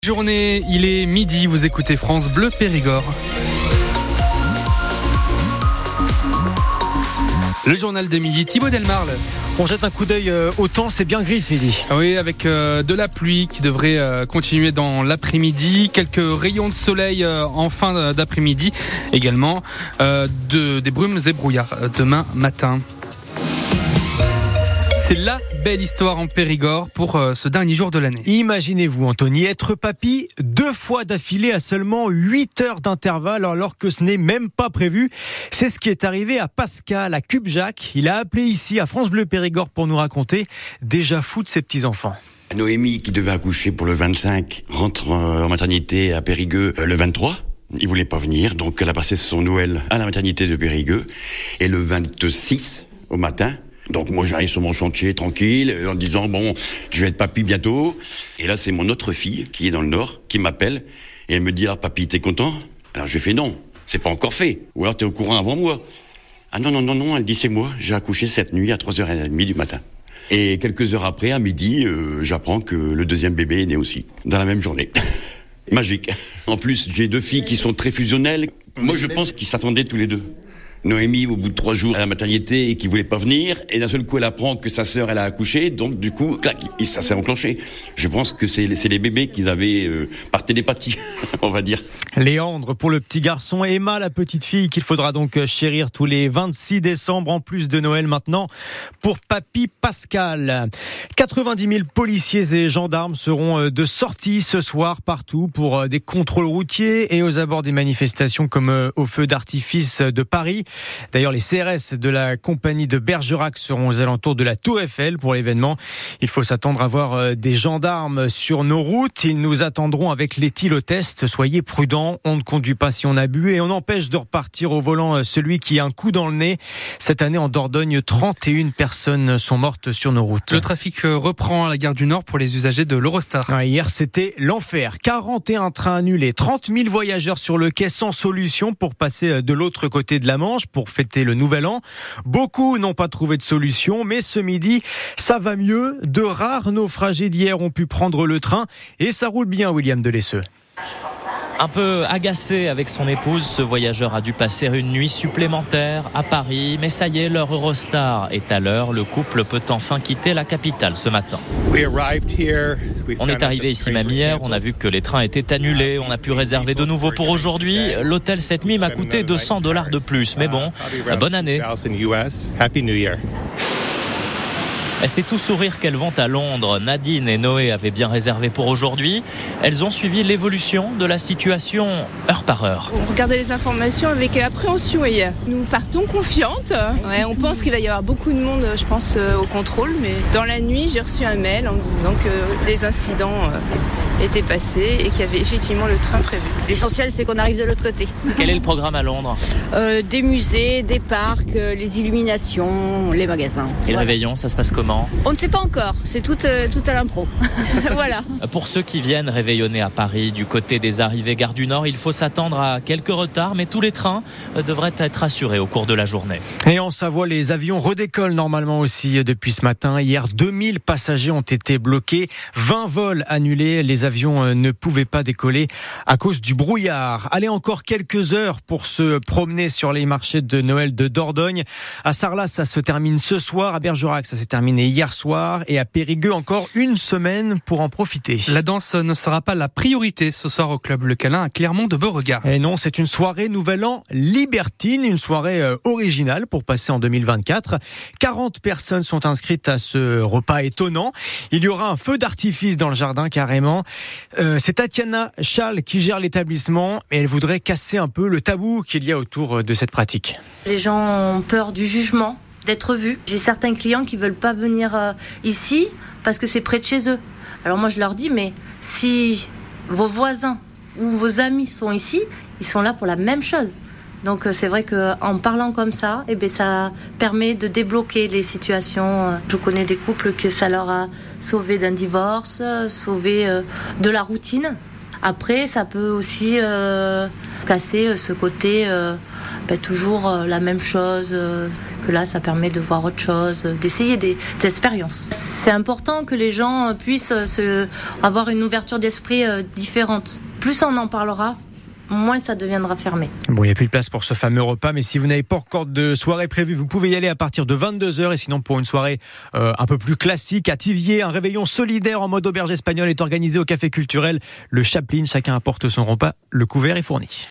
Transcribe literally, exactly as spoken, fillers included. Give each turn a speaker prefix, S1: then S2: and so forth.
S1: Journée, il est midi, vous écoutez France Bleu Périgord. Le journal de midi, Thibaut Delmarle.
S2: On jette un coup d'œil au temps, c'est bien gris ce midi.
S1: Oui, avec euh, de la pluie qui devrait euh, continuer dans l'après-midi, quelques rayons de soleil euh, en fin d'après-midi, également euh, de, des brumes et brouillards euh, demain matin. C'est la belle histoire en Périgord pour euh, ce dernier jour de l'année.
S2: Imaginez-vous, Anthony, être papy deux fois d'affilée à seulement huit heures d'intervalle alors que ce n'est même pas prévu. C'est ce qui est arrivé à Pascal, à Cubjac. Il a appelé ici à France Bleu Périgord pour nous raconter, déjà fou de ses petits-enfants.
S3: Noémie, qui devait accoucher pour le vingt-cinq, rentre en maternité à Périgueux le vingt-trois. Il voulait pas venir, donc elle a passé son Noël à la maternité de Périgueux. Et le vingt-six, au matin, donc moi j'arrive sur mon chantier tranquille en disant bon je vais être papy bientôt, et là c'est mon autre fille qui est dans le Nord qui m'appelle et elle me dit ah papy t'es content? Alors je fais non, c'est pas encore fait, ou alors t'es au courant avant moi. Ah non non non non, elle dit c'est moi, j'ai accouché cette nuit à trois heures trente du matin. Et quelques heures après à midi euh, j'apprends que le deuxième bébé est né aussi dans la même journée. Magique. En plus j'ai deux filles qui sont très fusionnelles. Moi je pense qu'ils s'attendaient tous les deux. Noémie, au bout de trois jours à la maternité et qui voulait pas venir, et d'un seul coup elle apprend que sa sœur elle a accouché, donc du coup clac, ça s'est enclenché. Je pense que c'est, c'est les bébés qu'ils avaient euh, par télépathie, on va dire.
S2: Léandre pour le petit garçon, Emma la petite fille qu'il faudra donc chérir tous les vingt-six décembre en plus de Noël maintenant pour papy Pascal. quatre-vingt-dix mille policiers et gendarmes seront de sortie ce soir partout pour des contrôles routiers et aux abords des manifestations comme au feu d'artifice de Paris. D'ailleurs, les C R S de la compagnie de Bergerac seront aux alentours de la Tour Eiffel pour l'événement. Il faut s'attendre à voir des gendarmes sur nos routes. Ils nous attendront avec l'éthylotest. Soyez prudents, on ne conduit pas si on a bu et on empêche de repartir au volant celui qui a un coup dans le nez. Cette année, en Dordogne, trente et une personnes sont mortes sur nos routes.
S1: Le trafic reprend à la gare du Nord pour les usagers de l'Eurostar.
S2: Ouais, hier, c'était l'enfer. quarante et un trains annulés, trente mille voyageurs sur le quai sans solution pour passer de l'autre côté de la Manche pour fêter le nouvel an. Beaucoup n'ont pas trouvé de solution, mais ce midi, ça va mieux. De rares naufragés d'hier ont pu prendre le train et ça roule bien, William Delesseux.
S4: Un peu agacé avec son épouse, ce voyageur a dû passer une nuit supplémentaire à Paris. Mais ça y est, leur Eurostar est à l'heure. Le couple peut enfin quitter la capitale ce matin. On est arrivé ici même hier, on a vu que les trains étaient annulés. On a pu réserver de nouveau pour aujourd'hui. L'hôtel cette nuit m'a coûté deux cents dollars de plus. Mais bon, bonne année. C'est tout sourire qu'elles vont à Londres. Nadine et Noé avaient bien réservé pour aujourd'hui. Elles ont suivi l'évolution de la situation heure par heure.
S5: On regardait les informations avec appréhension hier. Nous partons confiantes. Ouais, on pense qu'il va y avoir beaucoup de monde, je pense, au contrôle. Mais dans la nuit, j'ai reçu un mail en me disant que les incidents étaient passés et qu'il y avait effectivement le train prévu.
S6: L'essentiel, c'est qu'on arrive de l'autre côté.
S4: Quel est le programme à Londres ?
S6: euh, Des musées, des parcs, les illuminations, les magasins.
S4: Et le voilà. Réveillon, ça se passe comment ?
S6: On ne sait pas encore, c'est tout, euh, tout à l'impro. Voilà.
S4: Pour ceux qui viennent réveillonner à Paris, du côté des arrivées gare du Nord, il faut s'attendre à quelques retards, mais tous les trains devraient être assurés au cours de la journée.
S2: Et en Savoie, les avions redécollent normalement aussi depuis ce matin. Hier, deux mille passagers ont été bloqués, vingt vols annulés. Les avions ne pouvaient pas décoller à cause du brouillard. Allez, encore quelques heures pour se promener sur les marchés de Noël de Dordogne. À Sarlat, ça se termine ce soir. À Bergerac, ça s'est terminé hier soir, et à Périgueux encore une semaine pour en profiter.
S1: La danse ne sera pas la priorité ce soir au club Le Câlin à Clermont de Beauregard.
S2: Et non, c'est une soirée Nouvel An libertine, une soirée euh, originale pour passer en deux mille vingt-quatre. quarante personnes sont inscrites à ce repas étonnant. Il y aura un feu d'artifice dans le jardin carrément. Euh, c'est Tatiana Schall qui gère l'établissement et elle voudrait casser un peu le tabou qu'il y a autour de cette pratique.
S7: Les gens ont peur du jugement, d'être vus. J'ai certains clients qui veulent pas venir euh, ici parce que c'est près de chez eux. Alors moi je leur dis, mais si vos voisins ou vos amis sont ici, ils sont là pour la même chose. Donc euh, c'est vrai qu'en parlant comme ça, eh ben, ça permet de débloquer les situations. Je connais des couples que ça leur a sauvé d'un divorce, sauvé euh, de la routine. Après, ça peut aussi euh, casser ce côté... Euh, Ben, toujours euh, la même chose, euh, Que là, ça permet de voir autre chose, d'essayer des, des expériences. C'est important que les gens puissent se, avoir une ouverture d'esprit différente. Plus on en parlera, moins ça deviendra fermé.
S2: Bon, il n'y a plus de place pour ce fameux repas, mais si vous n'avez pas encore de soirée prévue, vous pouvez y aller à partir de vingt-deux heures. Et sinon, pour une soirée euh, un peu plus classique, à Thiviers, un réveillon solidaire en mode auberge espagnole est organisé au Café Culturel Le Chaplin. Chacun apporte son repas, le couvert est fourni.